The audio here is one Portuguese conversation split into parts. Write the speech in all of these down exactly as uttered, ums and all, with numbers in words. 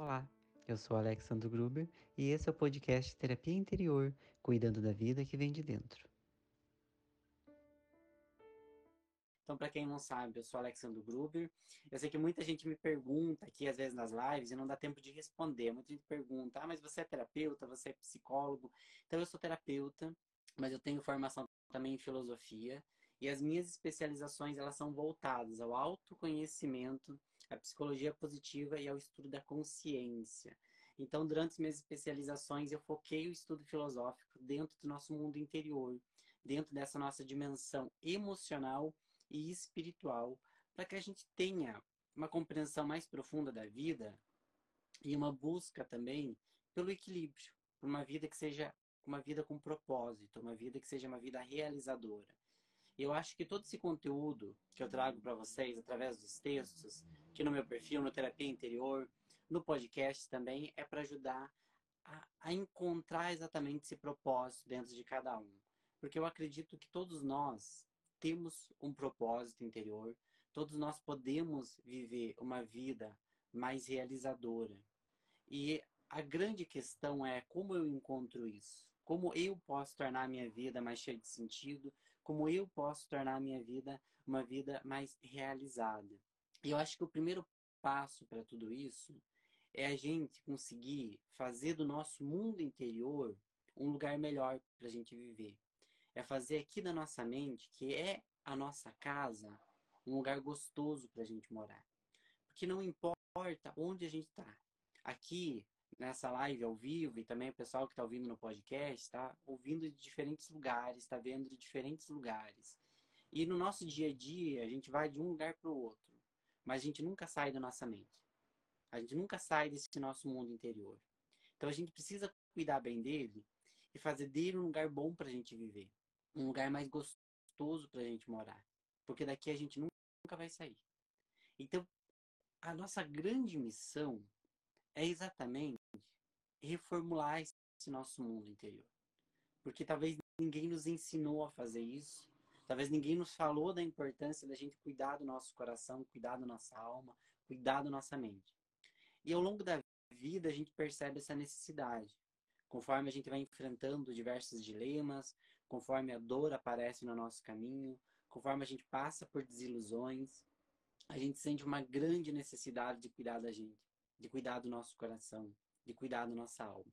Olá, eu sou Alexandre Gruber e esse é o podcast Terapia Interior, cuidando da vida que vem de dentro. Então, para quem não sabe, eu sou Alexandre Gruber. Eu sei que muita gente me pergunta aqui, às vezes nas lives, e não dá tempo de responder. Muita gente pergunta, ah, mas você é terapeuta, você é psicólogo? Então, eu sou terapeuta, mas eu tenho formação também em filosofia. E as minhas especializações, elas são voltadas ao autoconhecimento, à psicologia positiva e ao estudo da consciência. Então, durante as minhas especializações, eu foquei o estudo filosófico dentro do nosso mundo interior, dentro dessa nossa dimensão emocional e espiritual, para que a gente tenha uma compreensão mais profunda da vida e uma busca também pelo equilíbrio, por uma vida que seja uma vida com propósito, uma vida que seja uma vida realizadora. Eu acho que todo esse conteúdo que eu trago para vocês através dos textos, que no meu perfil, no Terapia Interior, no podcast também, é para ajudar a, a encontrar exatamente esse propósito dentro de cada um. Porque eu acredito que todos nós temos um propósito interior, todos nós podemos viver uma vida mais realizadora. E a grande questão é como eu encontro isso? Como eu posso tornar a minha vida mais cheia de sentido? Como eu posso tornar a minha vida uma vida mais realizada? E eu acho que o primeiro passo para tudo isso é a gente conseguir fazer do nosso mundo interior um lugar melhor para a gente viver. É fazer aqui da nossa mente, que é a nossa casa, um lugar gostoso para a gente morar. Porque não importa onde a gente está. Aqui, nessa live ao vivo, e também o pessoal que está ouvindo no podcast, está ouvindo de diferentes lugares, está vendo de diferentes lugares. E no nosso dia a dia, a gente vai de um lugar para o outro. Mas a gente nunca sai da nossa mente. A gente nunca sai desse nosso mundo interior. Então a gente precisa cuidar bem dele e fazer dele um lugar bom para a gente viver. Um lugar mais gostoso para a gente morar. Porque daqui a gente nunca vai sair. Então, a nossa grande missão é exatamente reformular esse nosso mundo interior. Porque talvez ninguém nos ensinou a fazer isso. Talvez ninguém nos falou da importância da gente cuidar do nosso coração, cuidar da nossa alma, cuidar da nossa mente. E ao longo da vida a gente percebe essa necessidade. Conforme a gente vai enfrentando diversos dilemas, conforme a dor aparece no nosso caminho, conforme a gente passa por desilusões, a gente sente uma grande necessidade de cuidar da gente, de cuidar do nosso coração, de cuidar da nossa alma.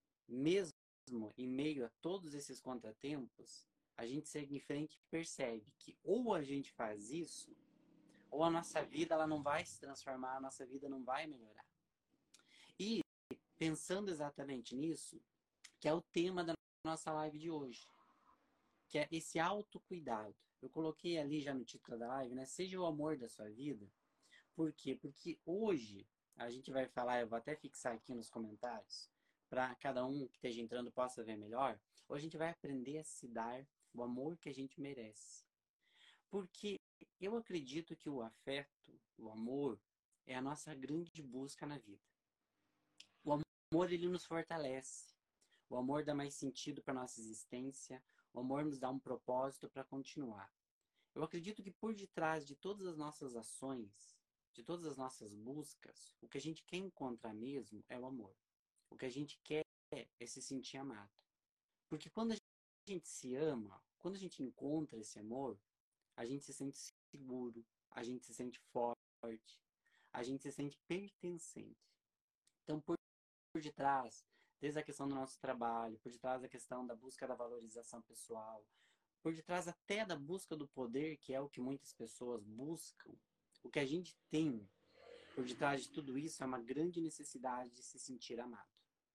Mesmo em meio a todos esses contratempos, a gente segue em frente e percebe que ou a gente faz isso, ou a nossa vida ela não vai se transformar, a nossa vida não vai melhorar. E pensando exatamente nisso, que é o tema da nossa live de hoje, que é esse autocuidado. Eu coloquei ali já no título da live, né? Seja o amor da sua vida. Por quê? Porque hoje a gente vai falar, eu vou até fixar aqui nos comentários, para cada um que esteja entrando possa ver melhor. Hoje a gente vai aprender a se dar o amor que a gente merece. Porque eu acredito que o afeto, o amor, é a nossa grande busca na vida. O amor, ele nos fortalece. O amor dá mais sentido para nossa existência. O amor nos dá um propósito para continuar. Eu acredito que por detrás de todas as nossas ações, de todas as nossas buscas, o que a gente quer encontrar mesmo é o amor. O que a gente quer é se sentir amado. Porque quando a gente se ama, quando a gente encontra esse amor, a gente se sente seguro, a gente se sente forte, a gente se sente pertencente. Então, por por detrás, desde a questão do nosso trabalho, por detrás da questão da busca da valorização pessoal, por detrás até da busca do poder, que é o que muitas pessoas buscam, o que a gente tem por detrás de tudo isso é uma grande necessidade de se sentir amado.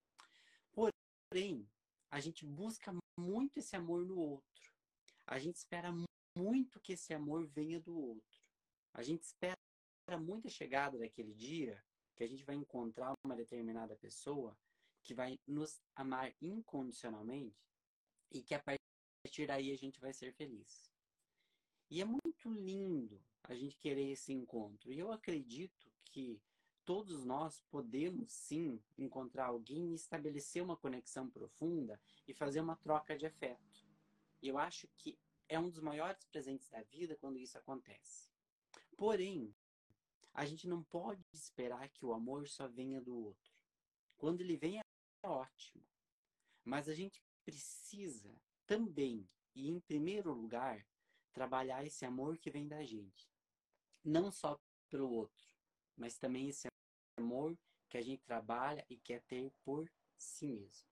Porém, a gente busca muito esse amor no outro. A gente espera muito que esse amor venha do outro. A gente espera muito a chegada daquele dia que a gente vai encontrar uma determinada pessoa que vai nos amar incondicionalmente e que a partir daí a gente vai ser feliz. E é muito lindo a gente querer esse encontro. E eu acredito que todos nós podemos sim encontrar alguém e estabelecer uma conexão profunda e fazer uma troca de afeto. E eu acho que é um dos maiores presentes da vida quando isso acontece. Porém, A gente não pode esperar que o amor só venha do outro. Quando ele vem é ótimo. Mas a gente precisa também, e em primeiro lugar, trabalhar esse amor que vem da gente. Não só pelo outro, mas também esse amor que a gente trabalha e quer ter por si mesmo.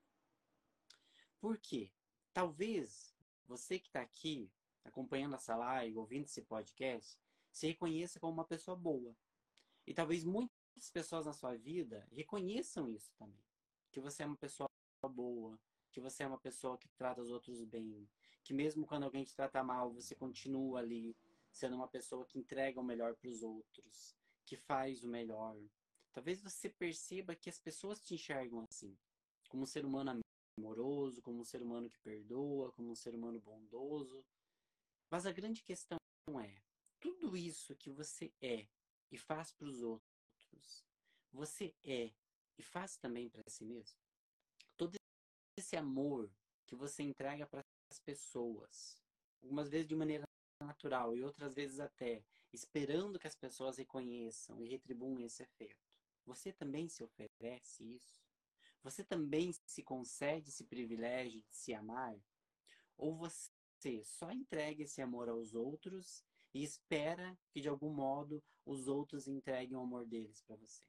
Por quê? Talvez você que está aqui acompanhando essa live, ouvindo esse podcast, se reconheça como uma pessoa boa. E talvez muitas pessoas na sua vida reconheçam isso também. Que você é uma pessoa boa, que você é uma pessoa que trata os outros bem, que mesmo quando alguém te trata mal, você continua ali sendo uma pessoa que entrega o melhor para os outros, que faz o melhor. Talvez você perceba que as pessoas te enxergam assim, como um ser humano amoroso, como um ser humano que perdoa, como um ser humano bondoso. Mas a grande questão é, tudo isso que você é e faz para os outros, você é e faz também para si mesmo? Todo esse amor que você entrega para as pessoas, algumas vezes de maneira natural e outras vezes até esperando que as pessoas reconheçam e retribuam esse afeto, você também se oferece isso? Você também se concede esse privilégio de se amar? Ou você só entrega esse amor aos outros e espera que de algum modo os outros entreguem o amor deles para você?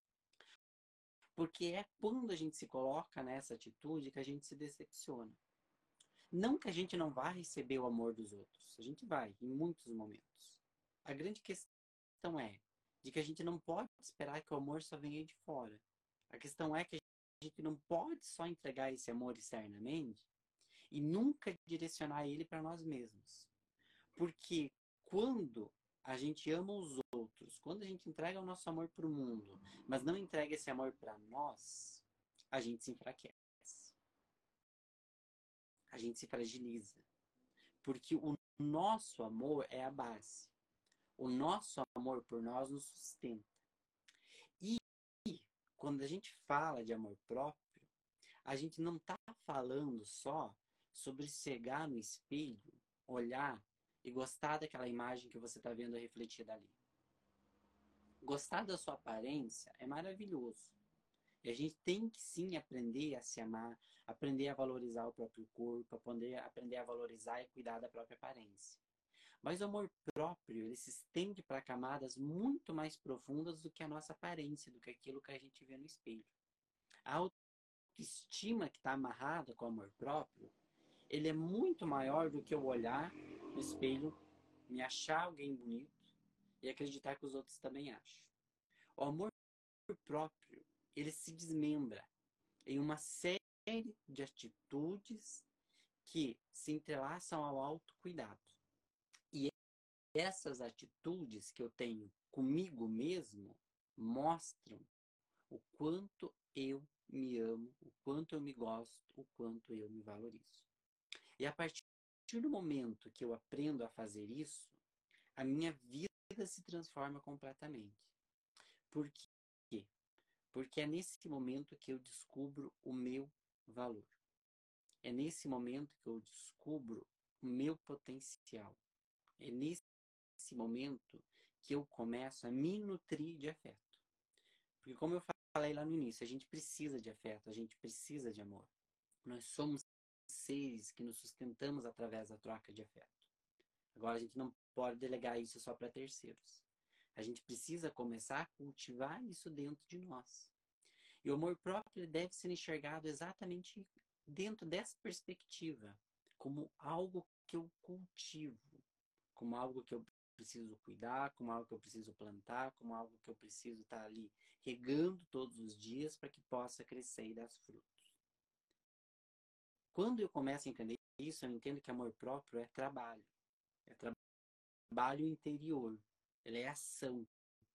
Porque é quando a gente se coloca nessa atitude que a gente se decepciona. Não que a gente não vá receber o amor dos outros. A gente vai, em muitos momentos. A grande questão é de que a gente não pode esperar que o amor só venha de fora. A questão é que a gente não pode só entregar esse amor externamente e nunca direcionar ele para nós mesmos. Porque quando a gente ama os outros, quando a gente entrega o nosso amor para o mundo, mas não entrega esse amor para nós, a gente se enfraquece. A gente se fragiliza. Porque o nosso amor é a base. O nosso amor por nós nos sustenta. E quando a gente fala de amor próprio, a gente não está falando só sobre chegar no espelho, olhar e gostar daquela imagem que você está vendo refletida ali. Gostar da sua aparência é maravilhoso. E a gente tem que sim aprender a se amar, aprender a valorizar o próprio corpo, aprender, aprender a valorizar e cuidar da própria aparência. Mas o amor próprio, ele se estende para camadas muito mais profundas do que a nossa aparência, do que aquilo que a gente vê no espelho. A autoestima que está amarrada com o amor próprio, ele é muito maior do que eu olhar no espelho, me achar alguém bonito e acreditar que os outros também acham. O amor próprio, ele se desmembra em uma série de atitudes que se entrelaçam ao autocuidado. E essas atitudes que eu tenho comigo mesmo mostram o quanto eu me amo, o quanto eu me gosto, o quanto eu me valorizo. E a partir do momento que eu aprendo a fazer isso, a minha vida se transforma completamente. Por quê? Porque é nesse momento que eu descubro o meu valor. É nesse momento que eu descubro o meu potencial. É nesse momento que eu começo a me nutrir de afeto. Porque como eu falei lá no início, a gente precisa de afeto, a gente precisa de amor. Nós somos seres que nos sustentamos através da troca de afeto. Agora a gente não pode delegar isso só para terceiros. A gente precisa começar a cultivar isso dentro de nós. E o amor próprio deve ser enxergado exatamente dentro dessa perspectiva, como algo que eu cultivo, como algo que eu preciso cuidar, como algo que eu preciso plantar, como algo que eu preciso estar ali regando todos os dias para que possa crescer e dar frutos. Quando eu começo a entender isso, eu entendo que amor próprio é trabalho. É tra trabalho interior. Ele é ação.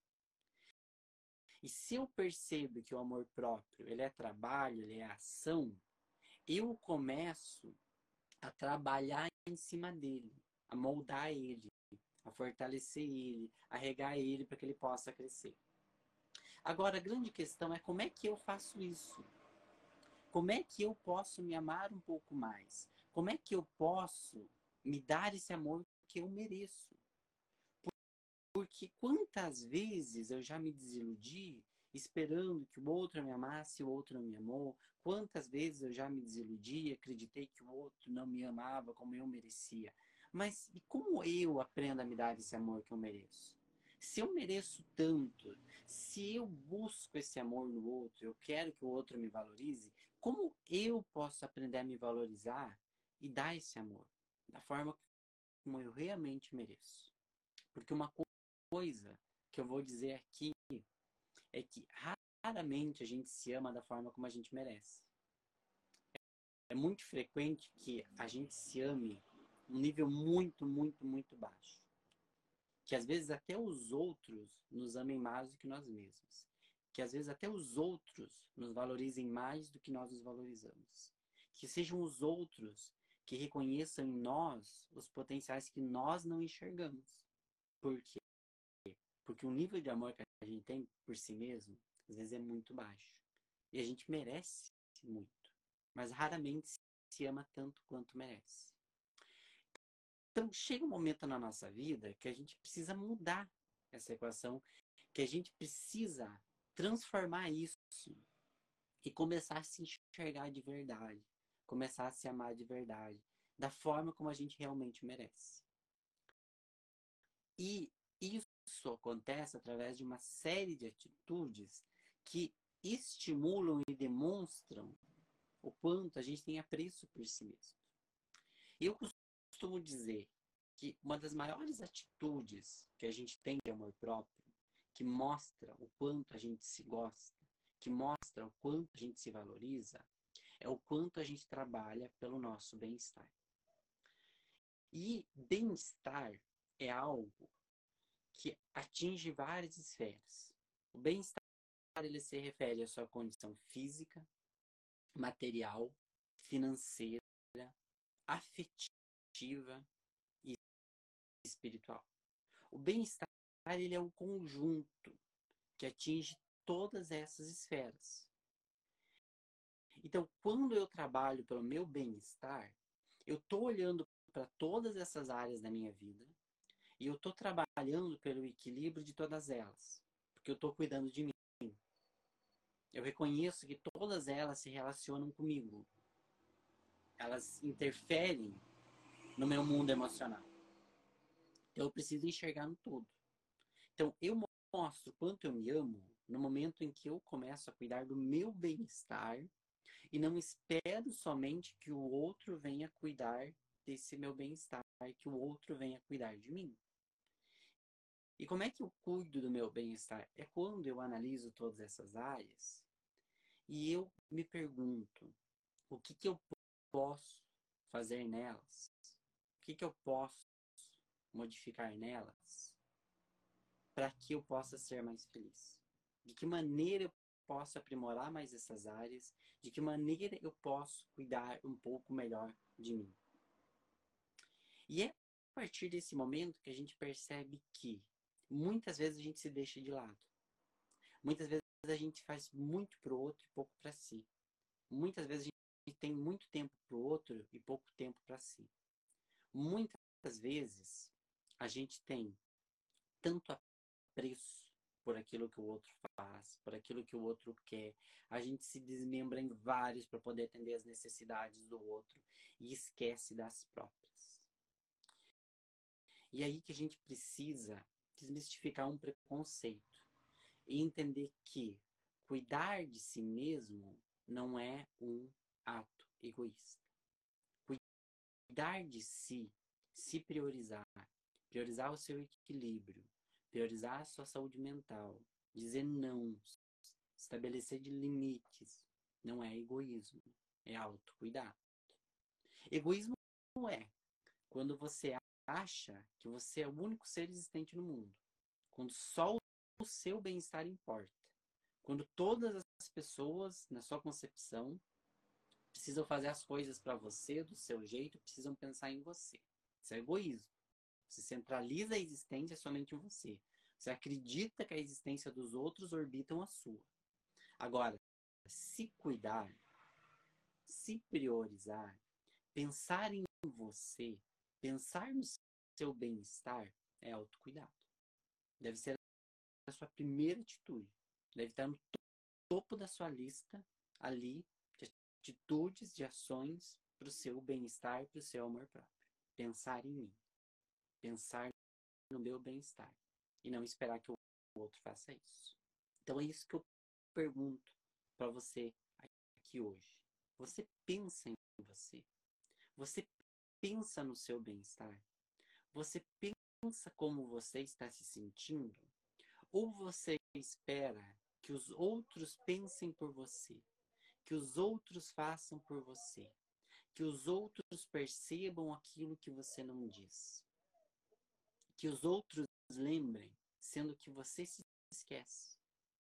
E se eu percebo que o amor próprio ele é trabalho, ele é ação, eu começo a trabalhar em cima dele, a moldar ele, a fortalecer ele, a regar ele para que ele possa crescer. Agora, a grande questão é como é que eu faço isso? Como é que eu posso me amar um pouco mais? Como é que eu posso me dar esse amor que eu mereço? Porque quantas vezes eu já me desiludi esperando que o outro me amasse e o outro não me amou? Quantas vezes eu já me desiludi e acreditei que o outro não me amava como eu merecia? Mas e como eu aprendo a me dar esse amor que eu mereço? Se eu mereço tanto, se eu busco esse amor no outro, eu quero que o outro me valorize, como eu posso aprender a me valorizar e dar esse amor da forma como eu realmente mereço? Porque uma coisa que eu vou dizer aqui é que raramente a gente se ama da forma como a gente merece. É muito frequente que a gente se ame num nível muito, muito, muito baixo. Que às vezes até os outros nos amem mais do que nós mesmos. Que às vezes até os outros nos valorizem mais do que nós nos valorizamos. Que sejam os outros que reconheçam em nós os potenciais que nós não enxergamos. Por quê? Porque o nível de amor que a gente tem por si mesmo, às vezes é muito baixo. E a gente merece muito. Mas raramente se ama tanto quanto merece. Então chega um momento na nossa vida que a gente precisa mudar essa equação, que a gente precisa transformar isso e começar a se enxergar de verdade, começar a se amar de verdade, da forma como a gente realmente merece. E isso acontece através de uma série de atitudes que estimulam e demonstram o quanto a gente tem apreço por si mesmo. Eu costumo dizer que uma das maiores atitudes que a gente tem de amor próprio, que mostra o quanto a gente se gosta, que mostra o quanto a gente se valoriza, é o quanto a gente trabalha pelo nosso bem-estar. E bem-estar é algo que atinge várias esferas. O bem-estar ele se refere à sua condição física, material, financeira, afetiva e espiritual. O bem-estar ele é um conjunto que atinge todas essas esferas. Então, quando eu trabalho pelo meu bem-estar, eu estou olhando para todas essas áreas da minha vida e eu estou trabalhando pelo equilíbrio de todas elas, porque eu estou cuidando de mim. Eu reconheço que todas elas se relacionam comigo. Elas interferem no meu mundo emocional. Então eu preciso enxergar no todo. Então eu mostro quanto eu me amo no momento em que eu começo a cuidar do meu bem-estar e não espero somente que o outro venha cuidar desse meu bem-estar, que o outro venha cuidar de mim. E como é que eu cuido do meu bem-estar? É quando eu analiso todas essas áreas e eu me pergunto, o que, que eu posso fazer nelas? O que, que eu posso modificar nelas para que eu possa ser mais feliz? De que maneira eu posso aprimorar mais essas áreas? De que maneira eu posso cuidar um pouco melhor de mim? E é a partir desse momento que a gente percebe que muitas vezes a gente se deixa de lado. Muitas vezes a gente faz muito pro outro e pouco para si. Muitas vezes a gente tem muito tempo pro outro e pouco tempo para si. Muitas vezes a gente tem tanto apreço por aquilo que o outro faz, por aquilo que o outro quer. A gente se desmembra em vários para poder atender as necessidades do outro e esquece das próprias. E aí que a gente precisa desmistificar um preconceito e entender que cuidar de si mesmo não é um ato egoísta. Cuidar de si, se priorizar, priorizar o seu equilíbrio, priorizar a sua saúde mental, dizer não, estabelecer de limites, não é egoísmo, é autocuidado. Egoísmo é quando você acha que você é o único ser existente no mundo, quando só o seu bem-estar importa, quando todas as pessoas, na sua concepção, precisam fazer as coisas para você, do seu jeito, precisam pensar em você. Isso é egoísmo. Você centraliza a existência somente em você. Você acredita que a existência dos outros orbitam a sua. Agora, se cuidar, se priorizar, pensar em você, pensar no seu bem-estar, é autocuidado. Deve ser a sua primeira atitude. Deve estar no topo da sua lista ali de atitudes, de ações para o seu bem-estar, para o seu amor próprio. Pensar em mim. Pensar no meu bem-estar. E não esperar que o outro faça isso. Então é isso que eu pergunto para você aqui hoje. Você pensa em você? Você pensa no seu bem-estar? Você pensa como você está se sentindo? Ou você espera que os outros pensem por você? Que os outros façam por você? Que os outros percebam aquilo que você não diz? Que os outros lembrem, sendo que você se esquece?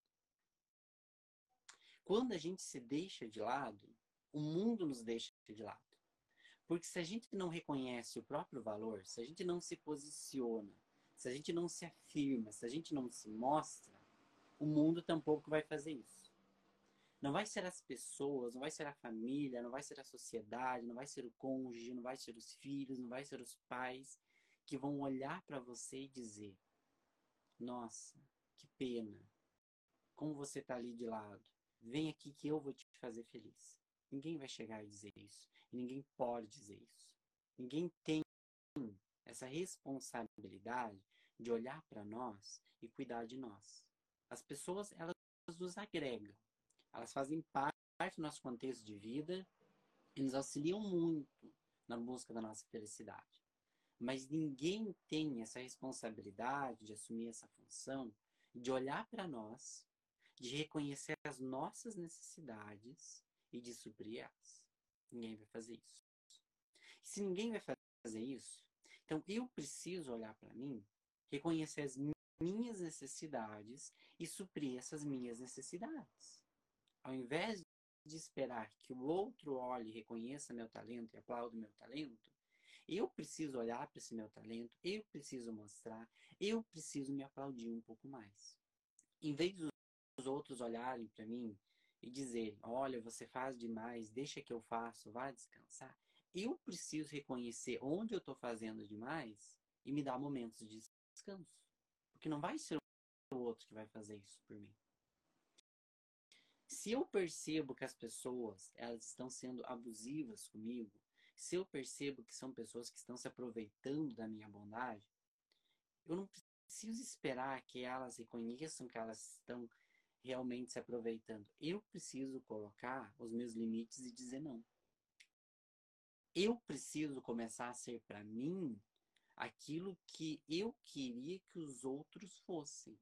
Quando a gente se deixa de lado, o mundo nos deixa de lado. Porque se a gente não reconhece o próprio valor, se a gente não se posiciona, se a gente não se afirma, se a gente não se mostra, o mundo tampouco vai fazer isso. Não vai ser as pessoas, não vai ser a família, não vai ser a sociedade, não vai ser o cônjuge, não vai ser os filhos, não vai ser os pais que vão olhar para você e dizer: nossa, que pena, como você está ali de lado, vem aqui que eu vou te fazer feliz. Ninguém vai chegar e dizer isso, e ninguém pode dizer isso. Ninguém tem essa responsabilidade de olhar para nós e cuidar de nós. As pessoas, elas nos agregam, elas fazem parte do nosso contexto de vida e nos auxiliam muito na busca da nossa felicidade. Mas ninguém tem essa responsabilidade de assumir essa função, de olhar para nós, de reconhecer as nossas necessidades e de suprir elas. Ninguém vai fazer isso. E se ninguém vai fazer isso, então eu preciso olhar para mim, reconhecer as minhas necessidades e suprir essas minhas necessidades. Ao invés de esperar que o outro olhe e reconheça meu talento e aplaude meu talento, eu preciso olhar para esse meu talento, eu preciso mostrar, eu preciso me aplaudir um pouco mais. Em vez dos outros olharem para mim e dizerem: olha, você faz demais, deixa que eu faço, vá descansar, eu preciso reconhecer onde eu estou fazendo demais e me dar momentos de descanso. Porque não vai ser o outro que vai fazer isso por mim. Se eu percebo que as pessoas elas estão sendo abusivas comigo, se eu percebo que são pessoas que estão se aproveitando da minha bondade, eu não preciso esperar que elas reconheçam que elas estão realmente se aproveitando. Eu preciso colocar os meus limites e dizer não. Eu preciso começar a ser para mim aquilo que eu queria que os outros fossem.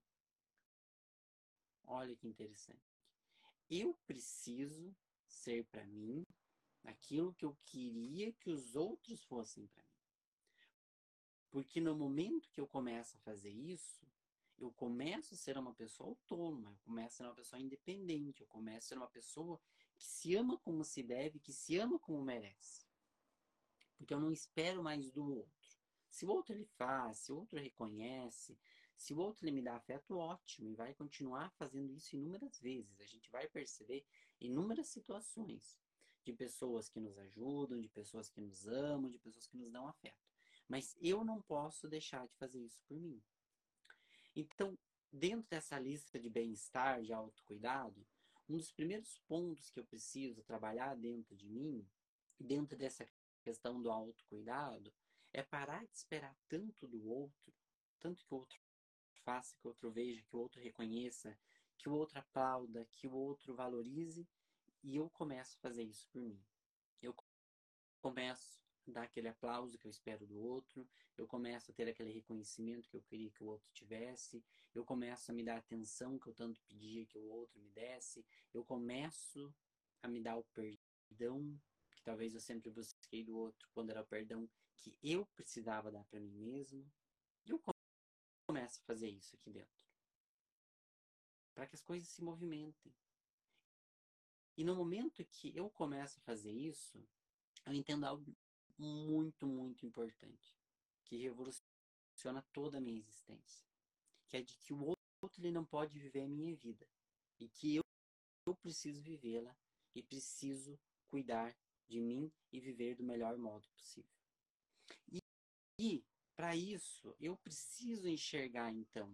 Olha que interessante. Eu preciso ser para mim aquilo que eu queria que os outros fossem para mim. Porque no momento que eu começo a fazer isso, eu começo a ser uma pessoa autônoma, eu começo a ser uma pessoa independente, eu começo a ser uma pessoa que se ama como se deve, que se ama como merece. Porque eu não espero mais do outro. Se o outro ele faz, se o outro reconhece, se o outro ele me dá afeto, ótimo, e vai continuar fazendo isso inúmeras vezes. A gente vai perceber inúmeras situações de pessoas que nos ajudam, de pessoas que nos amam, de pessoas que nos dão afeto. Mas eu não posso deixar de fazer isso por mim. Então, dentro dessa lista de bem-estar, de autocuidado, um dos primeiros pontos que eu preciso trabalhar dentro de mim, dentro dessa questão do autocuidado, é parar de esperar tanto do outro, tanto que o outro faça, que o outro veja, que o outro reconheça, que o outro aplauda, que o outro valorize, e eu começo a fazer isso por mim. Eu começo a dar aquele aplauso que eu espero do outro, eu começo a ter aquele reconhecimento que eu queria que o outro tivesse, eu começo a me dar a atenção que eu tanto pedia que o outro me desse, eu começo a me dar o perdão que talvez eu sempre busquei do outro, quando era o perdão que eu precisava dar para mim mesmo. E eu começo a fazer isso aqui dentro, para que as coisas se movimentem. E no momento que eu começo a fazer isso, eu entendo algo muito, muito importante, que revoluciona toda a minha existência, que é de que o outro ele não pode viver a minha vida, e que eu, eu preciso vivê-la, e preciso cuidar de mim e viver do melhor modo possível. E, e para isso, eu preciso enxergar, então,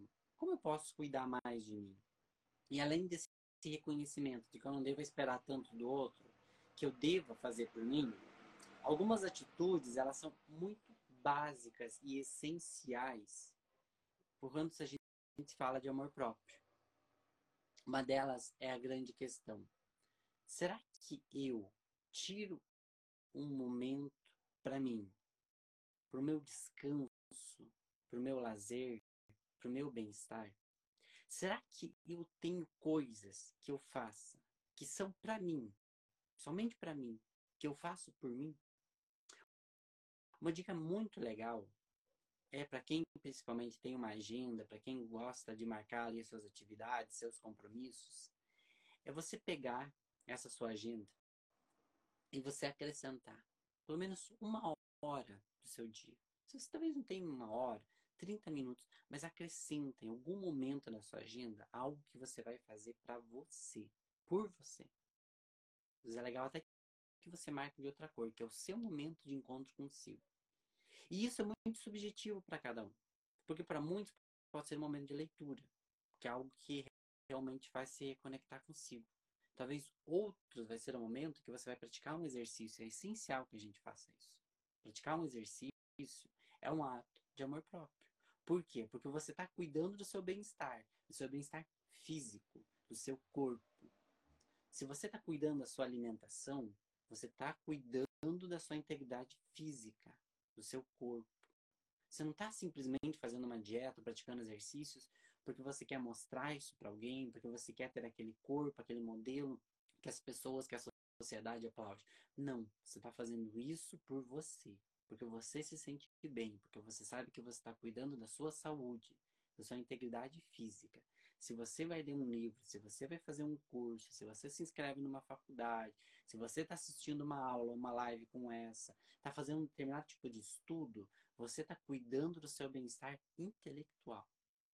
como eu posso cuidar mais de mim? E além desse reconhecimento de que eu não devo esperar tanto do outro, que eu deva fazer por mim, algumas atitudes, elas são muito básicas e essenciais por quando a gente fala de amor próprio. Uma delas é a grande questão. Será que eu tiro um momento para mim, para o meu descanso, para o meu lazer, para o meu bem-estar? Será que eu tenho coisas que eu faça que são para mim, somente para mim, que eu faço por mim? Uma dica muito legal é para quem principalmente tem uma agenda, para quem gosta de marcar ali suas atividades, seus compromissos, é você pegar essa sua agenda e você acrescentar pelo menos uma hora do seu dia. Se você talvez não tenha uma hora, trinta minutos, mas acrescenta em algum momento na sua agenda algo que você vai fazer para você, por você. Mas é legal até que você marque de outra cor, que é o seu momento de encontro consigo. E isso é muito subjetivo para cada um. Porque para muitos pode ser um momento de leitura, que é algo que realmente faz se reconectar consigo. Talvez outros vai ser um momento que você vai praticar um exercício. É essencial que a gente faça isso. Praticar um exercício é um ato de amor próprio. Por quê? Porque você está cuidando do seu bem-estar, do seu bem-estar físico, do seu corpo. Se você está cuidando da sua alimentação, você está cuidando da sua integridade física, do seu corpo. Você não está simplesmente fazendo uma dieta, praticando exercícios, porque você quer mostrar isso para alguém, porque você quer ter aquele corpo, aquele modelo que as pessoas, que a sociedade aplaude. Não, você está fazendo isso por você, porque você se sente bem, porque você sabe que você está cuidando da sua saúde, da sua integridade física. Se você vai ler um livro, se você vai fazer um curso, se você se inscreve numa faculdade, se você está assistindo uma aula, uma live como essa, está fazendo um determinado tipo de estudo, você está cuidando do seu bem-estar intelectual.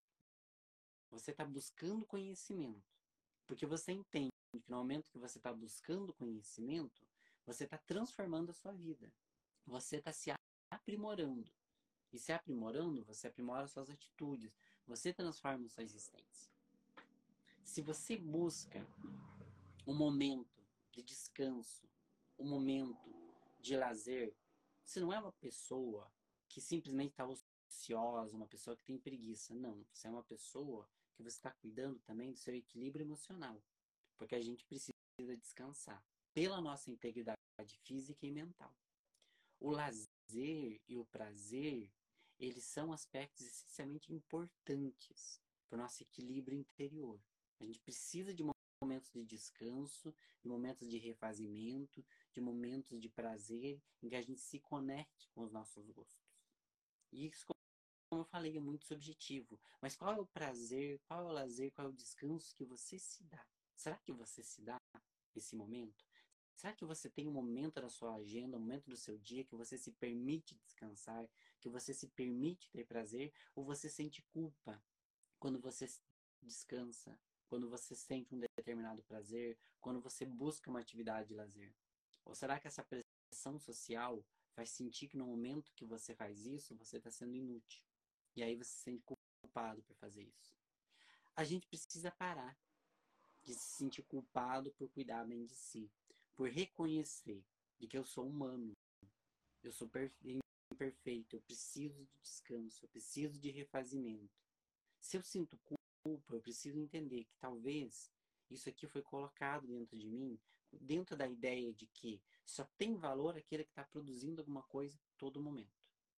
Você está buscando conhecimento. Porque você entende que no momento que você está buscando conhecimento, você está transformando a sua vida. Você está se aprimorando. E se aprimorando, você aprimora suas atitudes. Você transforma a sua existência. Se você busca um momento de descanso, um momento de lazer, você não é uma pessoa que simplesmente está ociosa, uma pessoa que tem preguiça. Não, você é uma pessoa que você está cuidando também do seu equilíbrio emocional. Porque a gente precisa descansar pela nossa integridade física e mental. O lazer e o prazer, eles são aspectos essencialmente importantes para o nosso equilíbrio interior. A gente precisa de momentos de descanso, de momentos de refazimento, de momentos de prazer, em que a gente se conecte com os nossos gostos. E isso, como eu falei, é muito subjetivo. Mas qual é o prazer, qual é o lazer, qual é o descanso que você se dá? Será que você se dá esse momento? Será que você tem um momento da sua agenda, um momento do seu dia que você se permite descansar, que você se permite ter prazer, ou você sente culpa quando você descansa, quando você sente um determinado prazer, quando você busca uma atividade de lazer? Ou será que essa pressão social faz sentir que no momento que você faz isso, você está sendo inútil? E aí você se sente culpado por fazer isso. A gente precisa parar de se sentir culpado por cuidar bem de si, por reconhecer de que eu sou humano, eu sou imperfeito, eu preciso de descanso, eu preciso de refazimento. Se eu sinto culpa, eu preciso entender que talvez isso aqui foi colocado dentro de mim, dentro da ideia de que só tem valor aquele que está produzindo alguma coisa a todo momento.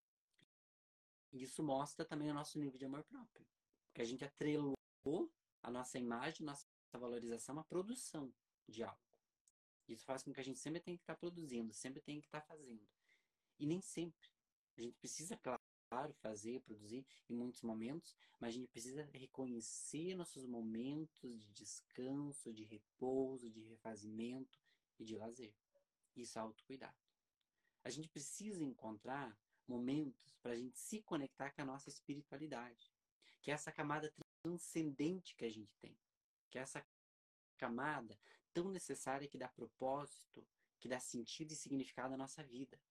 Isso mostra também o nosso nível de amor próprio. Porque a gente atrelou a nossa imagem, a nossa valorização à produção de algo. Isso faz com que a gente sempre tenha que estar produzindo, sempre tenha que estar fazendo. E nem sempre. A gente precisa, claro, fazer, produzir em muitos momentos, mas a gente precisa reconhecer nossos momentos de descanso, de repouso, de refazimento e de lazer. Isso é autocuidado. A gente precisa encontrar momentos para a gente se conectar com a nossa espiritualidade, que é essa camada transcendente que a gente tem, que é essa camada tão necessária que dá propósito, que dá sentido e significado à nossa vida.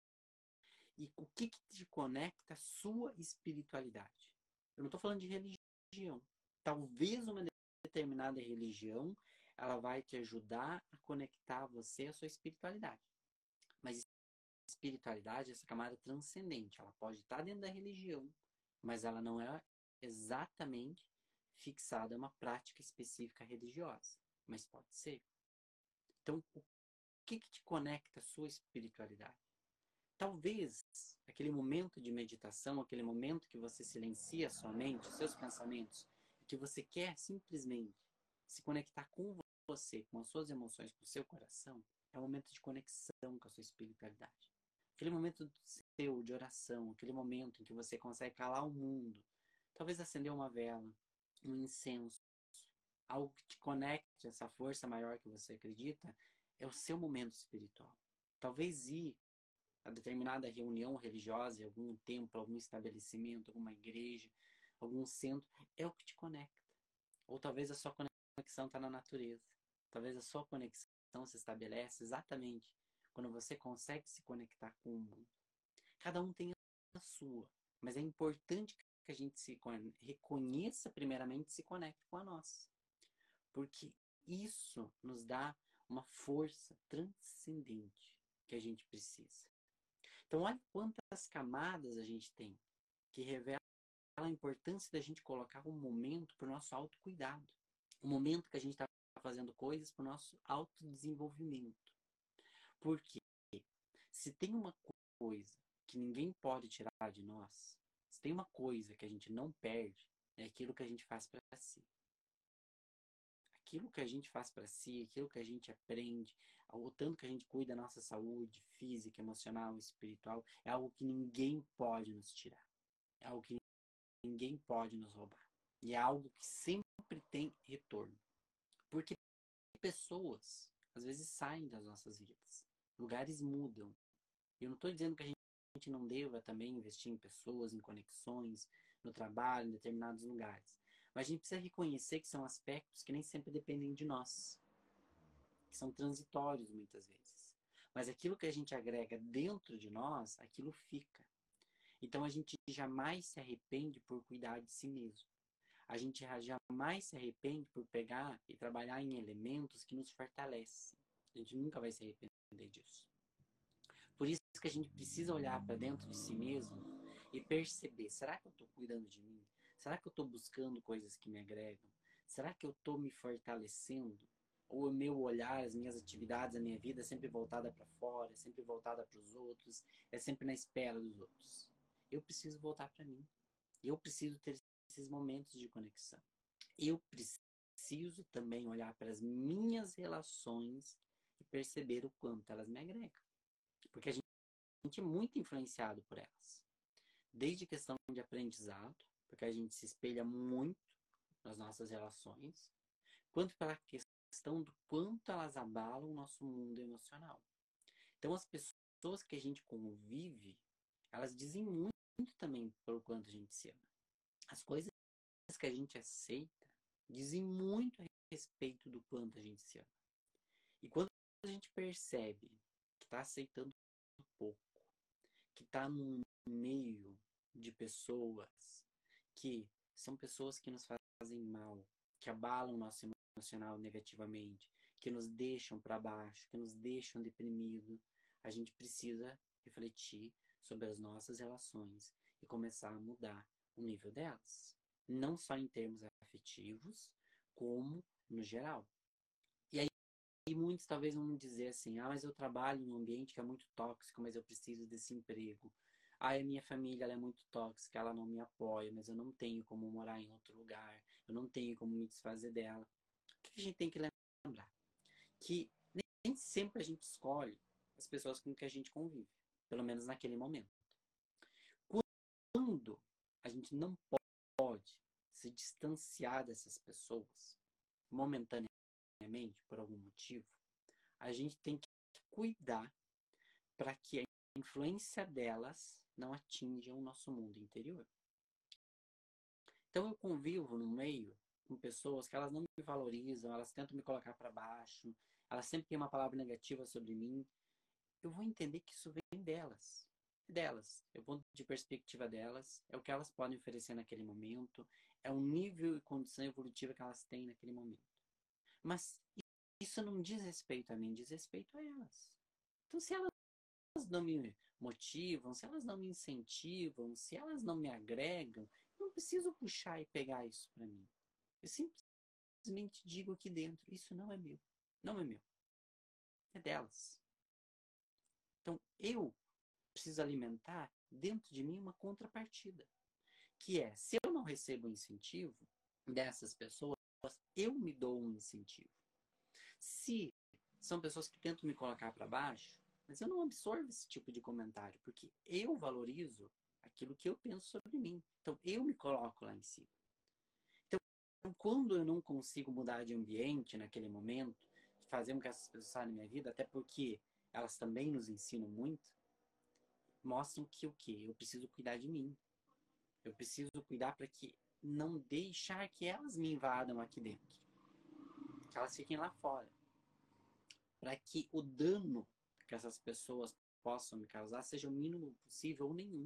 E o que, que te conecta à sua espiritualidade? Eu não estou falando de religião. religião. Talvez uma determinada religião, ela vai te ajudar a conectar você à sua espiritualidade. Mas espiritualidade é essa camada transcendente. Ela pode estar dentro da religião, mas ela não é exatamente fixada a uma prática específica religiosa. Mas pode ser. Então, o que, que te conecta à sua espiritualidade? Talvez aquele momento de meditação, aquele momento que você silencia a sua mente, os seus pensamentos, que você quer simplesmente se conectar com você, com as suas emoções, com o seu coração, é um momento de conexão com a sua espiritualidade. Aquele momento seu de oração, aquele momento em que você consegue calar o mundo, talvez acender uma vela, um incenso, algo que te conecte a essa força maior que você acredita, é o seu momento espiritual. Talvez ir a determinada reunião religiosa, algum templo, algum estabelecimento, alguma igreja, algum centro, é o que te conecta. Ou talvez a sua conexão está na natureza. Talvez a sua conexão se estabelece exatamente quando você consegue se conectar com o mundo. Cada um tem a sua, mas é importante que a gente se reconheça primeiramente e se conecte com a nossa. Porque isso nos dá uma força transcendente que a gente precisa. Então, olha quantas camadas a gente tem que revelam a importância da gente colocar um momento para o nosso autocuidado. Um momento que a gente está fazendo coisas para o nosso autodesenvolvimento. Porque se tem uma coisa que ninguém pode tirar de nós, se tem uma coisa que a gente não perde, é aquilo que a gente faz para si. Aquilo que a gente faz para si, aquilo que a gente aprende, o tanto que a gente cuida da nossa saúde física, emocional, espiritual, é algo que ninguém pode nos tirar. É algo que ninguém pode nos roubar. E é algo que sempre tem retorno. Porque pessoas, às vezes, saem das nossas vidas. Lugares mudam. E eu não estou dizendo que a gente não deva também investir em pessoas, em conexões, no trabalho, em determinados lugares. Mas a gente precisa reconhecer que são aspectos que nem sempre dependem de nós. Que são transitórios, muitas vezes. Mas aquilo que a gente agrega dentro de nós, aquilo fica. Então a gente jamais se arrepende por cuidar de si mesmo. A gente jamais se arrepende por pegar e trabalhar em elementos que nos fortalecem. A gente nunca vai se arrepender disso. Por isso que a gente precisa olhar para dentro de si mesmo e perceber, será que eu estou cuidando de mim? Será que eu estou buscando coisas que me agregam? Será que eu estou me fortalecendo? Ou o meu olhar, as minhas atividades, a minha vida é sempre voltada para fora, é sempre voltada para os outros, é sempre na espera dos outros? Eu preciso voltar para mim. Eu preciso ter esses momentos de conexão. Eu preciso também olhar para as minhas relações e perceber o quanto elas me agregam. Porque a gente é muito influenciado por elas. Desde questão de aprendizado, porque a gente se espelha muito nas nossas relações, quanto pela questão do quanto elas abalam o nosso mundo emocional. Então, as pessoas que a gente convive, elas dizem muito, muito também pelo quanto a gente se ama. As coisas que a gente aceita dizem muito a respeito do quanto a gente se ama. E quando a gente percebe que está aceitando pouco, que está num meio de pessoas que são pessoas que nos fazem mal, que abalam o nosso emocional negativamente, que nos deixam para baixo, que nos deixam deprimidos, a gente precisa refletir sobre as nossas relações e começar a mudar o nível delas. Não só em termos afetivos, como no geral. E aí muitos talvez vão dizer assim, ah, mas eu trabalho em um ambiente que é muito tóxico, mas eu preciso desse emprego. Ah, a minha família ela é muito tóxica, ela não me apoia, mas eu não tenho como morar em outro lugar, eu não tenho como me desfazer dela. O que a gente tem que lembrar? Que nem sempre a gente escolhe as pessoas com que a gente convive, pelo menos naquele momento. Quando a gente não pode se distanciar dessas pessoas momentaneamente, por algum motivo, a gente tem que cuidar para que a influência delas não atinja o nosso mundo interior. Então eu convivo no meio com pessoas que elas não me valorizam, elas tentam me colocar para baixo, elas sempre têm uma palavra negativa sobre mim. Eu vou entender que isso vem delas. delas, é o ponto de perspectiva delas, é o que elas podem oferecer naquele momento, é o nível e condição evolutiva que elas têm naquele momento. Mas isso não diz respeito a mim, diz respeito a elas. Então, se elas não me motivam, se elas não me incentivam, se elas não me agregam, eu não preciso puxar e pegar isso para mim. Eu simplesmente digo aqui dentro, isso não é meu. Não é meu. É delas. Então, eu preciso alimentar dentro de mim uma contrapartida. Que é, se eu não recebo incentivo dessas pessoas, eu me dou um incentivo. Se são pessoas que tentam me colocar para baixo, mas eu não absorvo esse tipo de comentário, porque eu valorizo aquilo que eu penso sobre mim. Então, eu me coloco lá em cima. Então, quando eu não consigo mudar de ambiente naquele momento, fazer com que essas pessoas saiam da minha vida, até porque elas também nos ensinam muito, mostram que o quê? Eu preciso cuidar de mim. Eu preciso cuidar para que não deixar que elas me invadam aqui dentro. Que elas fiquem lá fora. Para que o dano que essas pessoas possam me causar seja o mínimo possível ou nenhum.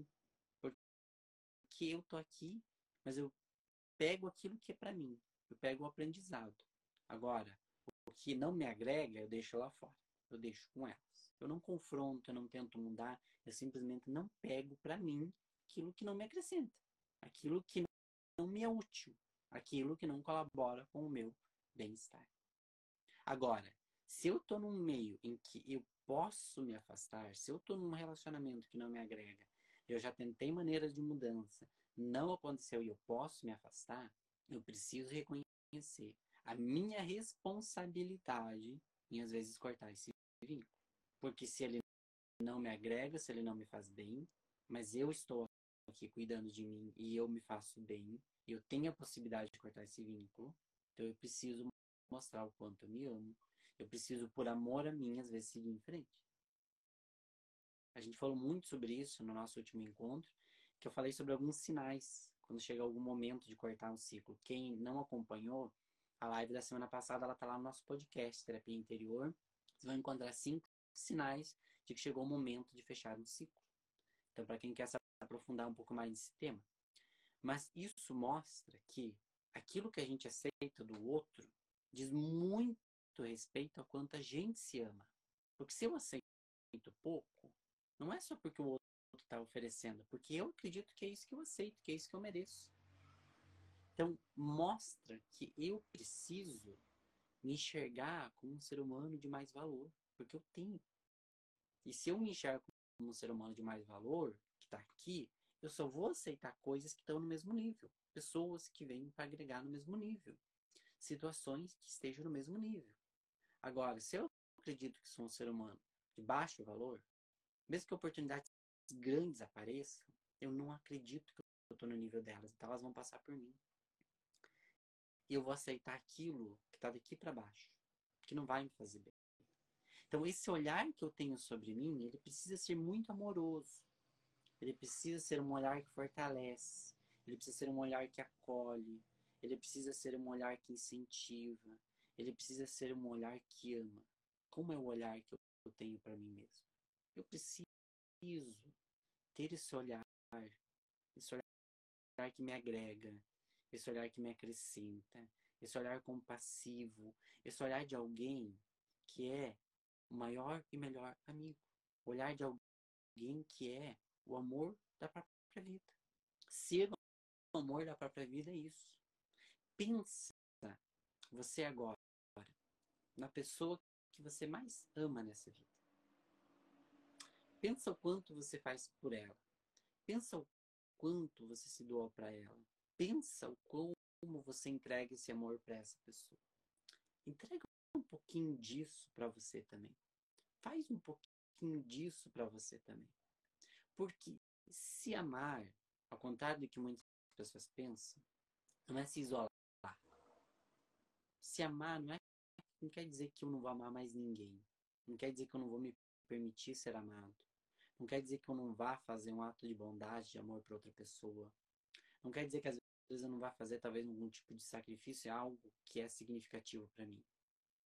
Porque eu tô aqui, mas eu pego aquilo que é para mim. Eu pego o aprendizado. Agora, o que não me agrega, eu deixo lá fora. Eu deixo com elas. Eu não confronto, eu não tento mudar. Eu simplesmente não pego para mim aquilo que não me acrescenta. Aquilo que não me é útil. Aquilo que não colabora com o meu bem-estar. Agora, se eu tô num meio em que eu posso me afastar, se eu tô num relacionamento que não me agrega, eu já tentei maneiras de mudança, não aconteceu e eu posso me afastar, eu preciso reconhecer a minha responsabilidade em, às vezes, cortar esse vínculo. Porque se ele não me agrega, se ele não me faz bem, mas eu estou aqui cuidando de mim e eu me faço bem, eu tenho a possibilidade de cortar esse vínculo, então eu preciso mostrar o quanto eu me amo. Eu preciso, por amor a mim, às vezes, seguir em frente. A gente falou muito sobre isso no nosso último encontro, que eu falei sobre alguns sinais, quando chega algum momento de cortar um ciclo. Quem não acompanhou, a live da semana passada, ela tá lá no nosso podcast, Terapia Interior. Vocês vão encontrar cinco sinais de que chegou o momento de fechar um ciclo. Então, para quem quer se aprofundar um pouco mais nesse tema. Mas isso mostra que aquilo que a gente aceita do outro diz muito respeito a quanto a gente se ama. Porque se eu aceito pouco, não é só porque o outro está oferecendo, porque eu acredito que é isso que eu aceito, que é isso que eu mereço. Então, mostra que eu preciso me enxergar como um ser humano de mais valor, porque eu tenho. E se eu me enxergo como um ser humano de mais valor, que está aqui, eu só vou aceitar coisas que estão no mesmo nível. Pessoas que vêm para agregar no mesmo nível. Situações que estejam no mesmo nível. Agora, se eu acredito que sou um ser humano de baixo valor, mesmo que oportunidades grandes apareçam, eu não acredito que eu estou no nível delas. Então elas vão passar por mim. E eu vou aceitar aquilo que está daqui para baixo, que não vai me fazer bem. Então esse olhar que eu tenho sobre mim, ele precisa ser muito amoroso. Ele precisa ser um olhar que fortalece. Ele precisa ser um olhar que acolhe. Ele precisa ser um olhar que incentiva. Ele precisa ser um olhar que ama. Como é o olhar que eu tenho para mim mesmo? Eu preciso ter esse olhar, esse olhar que me agrega, esse olhar que me acrescenta, esse olhar compassivo, esse olhar de alguém que é o maior e melhor amigo. O olhar de alguém que é o amor da própria vida. Ser o amor da própria vida é isso. Pensa você agora na pessoa que você mais ama nessa vida. Pensa o quanto você faz por ela. Pensa o quanto você se doa para ela. Pensa o como você entrega esse amor para essa pessoa. Entrega um pouquinho disso para você também. Faz um pouquinho disso para você também. Porque se amar, ao contrário do que muitas pessoas pensam, não é se isolar. Se amar não, é, não quer dizer que eu não vou amar mais ninguém. Não quer dizer que eu não vou me permitir ser amado. Não quer dizer que eu não vá fazer um ato de bondade, de amor para outra pessoa. Não quer dizer que às vezes eu não vá fazer talvez algum tipo de sacrifício, é algo que é significativo para mim.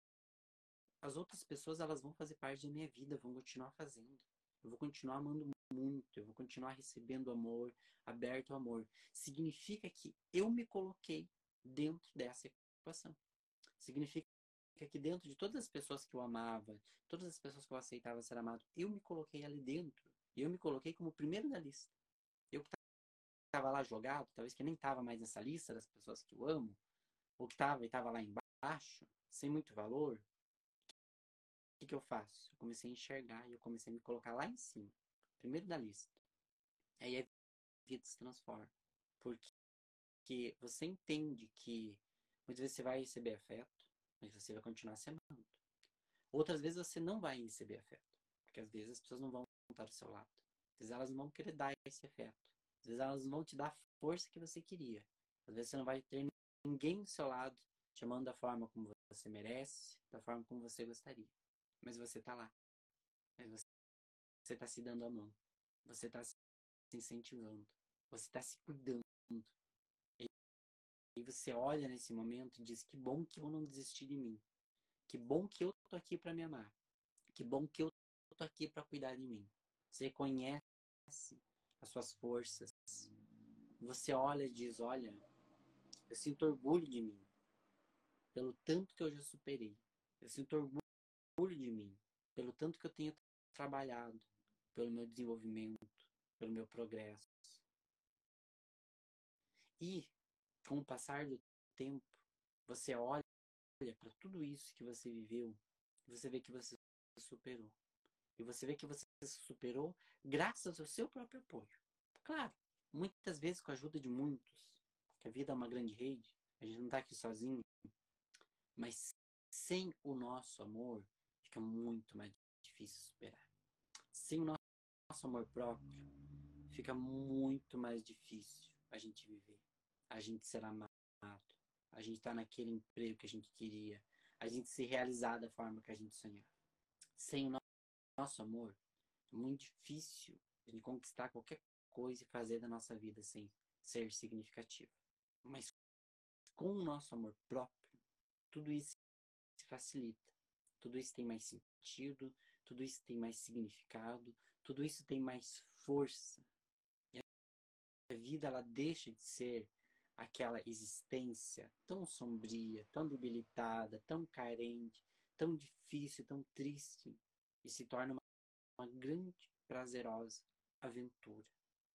As outras pessoas, elas vão fazer parte da minha vida, vão continuar fazendo. Eu vou continuar amando muito, eu vou continuar recebendo amor, aberto ao amor. Significa que eu me coloquei dentro dessa equação. Significa que dentro de todas as pessoas que eu amava, todas as pessoas que eu aceitava ser amado, eu me coloquei ali dentro. E eu me coloquei como o primeiro da lista. Eu que estava lá jogado, talvez que nem estava mais nessa lista das pessoas que eu amo, ou que estava e estava lá embaixo, sem muito valor, o que, que eu faço? Eu comecei a enxergar e eu comecei a me colocar lá em cima, primeiro da lista. Aí a vida se transforma. Porque você entende que muitas vezes você vai receber afeto, mas você vai continuar se amando. Outras vezes você não vai receber afeto, porque às vezes as pessoas não vão estar do seu lado. Às vezes elas não vão querer dar esse afeto. Às vezes elas não vão te dar a força que você queria. Às vezes você não vai ter ninguém do seu lado te amando da forma como você merece, da forma como você gostaria. Mas você está lá. Mas você está se dando a mão. Você está se incentivando. Você está se cuidando. E você olha nesse momento e diz: que bom que eu não desisti de mim. Que bom que eu tô aqui para me amar. Que bom que eu tô aqui para cuidar de mim. Você conhece as suas forças. Você olha e diz: olha, eu sinto orgulho de mim. Pelo tanto que eu já superei. Eu sinto orgulho de mim. Pelo tanto que eu tenho trabalhado. Pelo meu desenvolvimento. Pelo meu progresso. E, com o passar do tempo, você olha para tudo isso que você viveu e você vê que você superou. E você vê que você se superou graças ao seu próprio apoio. Claro, muitas vezes com a ajuda de muitos, que a vida é uma grande rede, a gente não está aqui sozinho, mas sem o nosso amor, fica muito mais difícil superar. Sem o nosso amor próprio, fica muito mais difícil a gente viver, a gente ser amado, a gente estar tá naquele emprego que a gente queria, a gente se realizar da forma que a gente sonhava. Sem o nosso amor, é muito difícil de conquistar qualquer coisa e fazer da nossa vida sem ser significativo. Mas com o nosso amor próprio, tudo isso se facilita. Tudo isso tem mais sentido, tudo isso tem mais significado, tudo isso tem mais força. E a vida, ela deixa de ser aquela existência tão sombria, tão debilitada, tão carente, tão difícil, tão triste, e se torna uma, uma grande, prazerosa aventura.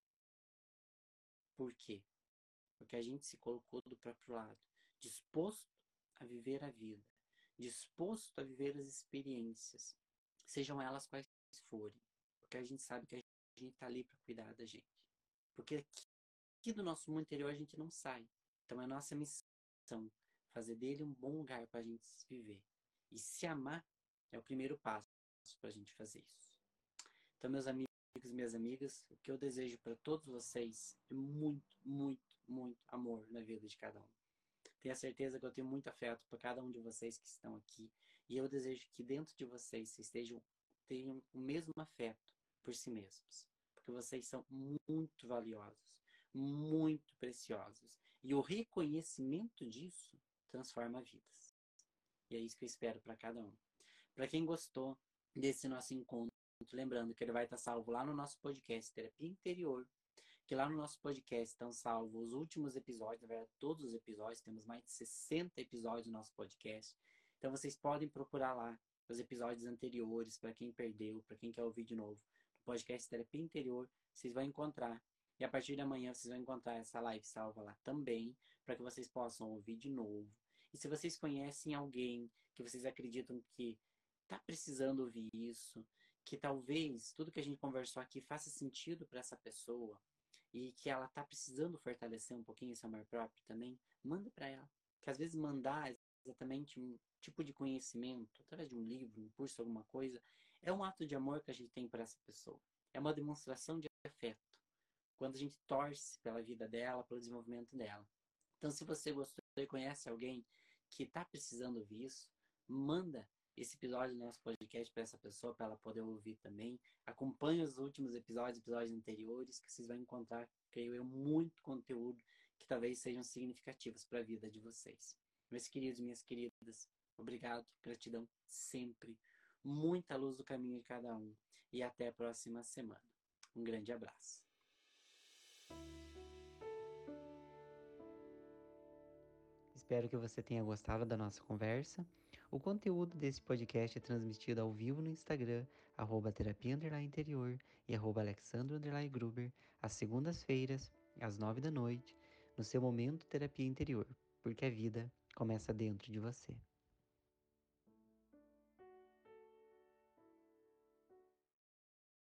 Por quê? Porque a gente se colocou do próprio lado, disposto a viver a vida, disposto a viver as experiências, sejam elas quais forem, porque a gente sabe que a gente está ali para cuidar da gente. Porque aqui do nosso mundo interior a gente não sai. Então é a nossa missão fazer dele um bom lugar para a gente viver. E se amar é o primeiro passo para a gente fazer isso. Então, meus amigos e minhas amigas, o que eu desejo para todos vocês é muito, muito, muito amor na vida de cada um. Tenho a certeza que eu tenho muito afeto por cada um de vocês que estão aqui. E eu desejo que dentro de vocês, vocês estejam, tenham o mesmo afeto por si mesmos. Porque vocês são muito valiosos, muito preciosos. E o reconhecimento disso transforma vidas. E é isso que eu espero para cada um. Para quem gostou desse nosso encontro, lembrando que ele vai estar salvo lá no nosso podcast Terapia Interior, que lá no nosso podcast estão salvos os últimos episódios, na verdade todos os episódios, temos mais de sessenta episódios no nosso podcast. Então vocês podem procurar lá os episódios anteriores, para quem perdeu, para quem quer ouvir de novo. No podcast Terapia Interior, vocês vão encontrar. E a partir de amanhã vocês vão encontrar essa live salva lá também, para que vocês possam ouvir de novo. E se vocês conhecem alguém que vocês acreditam que está precisando ouvir isso, que talvez tudo que a gente conversou aqui faça sentido para essa pessoa e que ela está precisando fortalecer um pouquinho esse amor próprio também, manda para ela. Que às vezes mandar exatamente um tipo de conhecimento, através de um livro, um curso, alguma coisa, é um ato de amor que a gente tem para essa pessoa. É uma demonstração de afeto. Quando a gente torce pela vida dela, pelo desenvolvimento dela. Então, se você gostou e conhece alguém que está precisando ouvir isso, manda esse episódio do nosso podcast para essa pessoa, para ela poder ouvir também. Acompanhe os últimos episódios, episódios anteriores, que vocês vão encontrar, creio eu, muito conteúdo que talvez sejam significativos para a vida de vocês. Meus queridos e minhas queridas, obrigado, gratidão sempre. Muita luz do caminho de cada um. E até a próxima semana. Um grande abraço. Espero que você tenha gostado da nossa conversa. O conteúdo desse podcast é transmitido ao vivo no Instagram, arroba terapia underline interior e arroba alexandro underline gruber, às segundas-feiras, às nove da noite, no seu momento terapia interior, porque a vida começa dentro de você.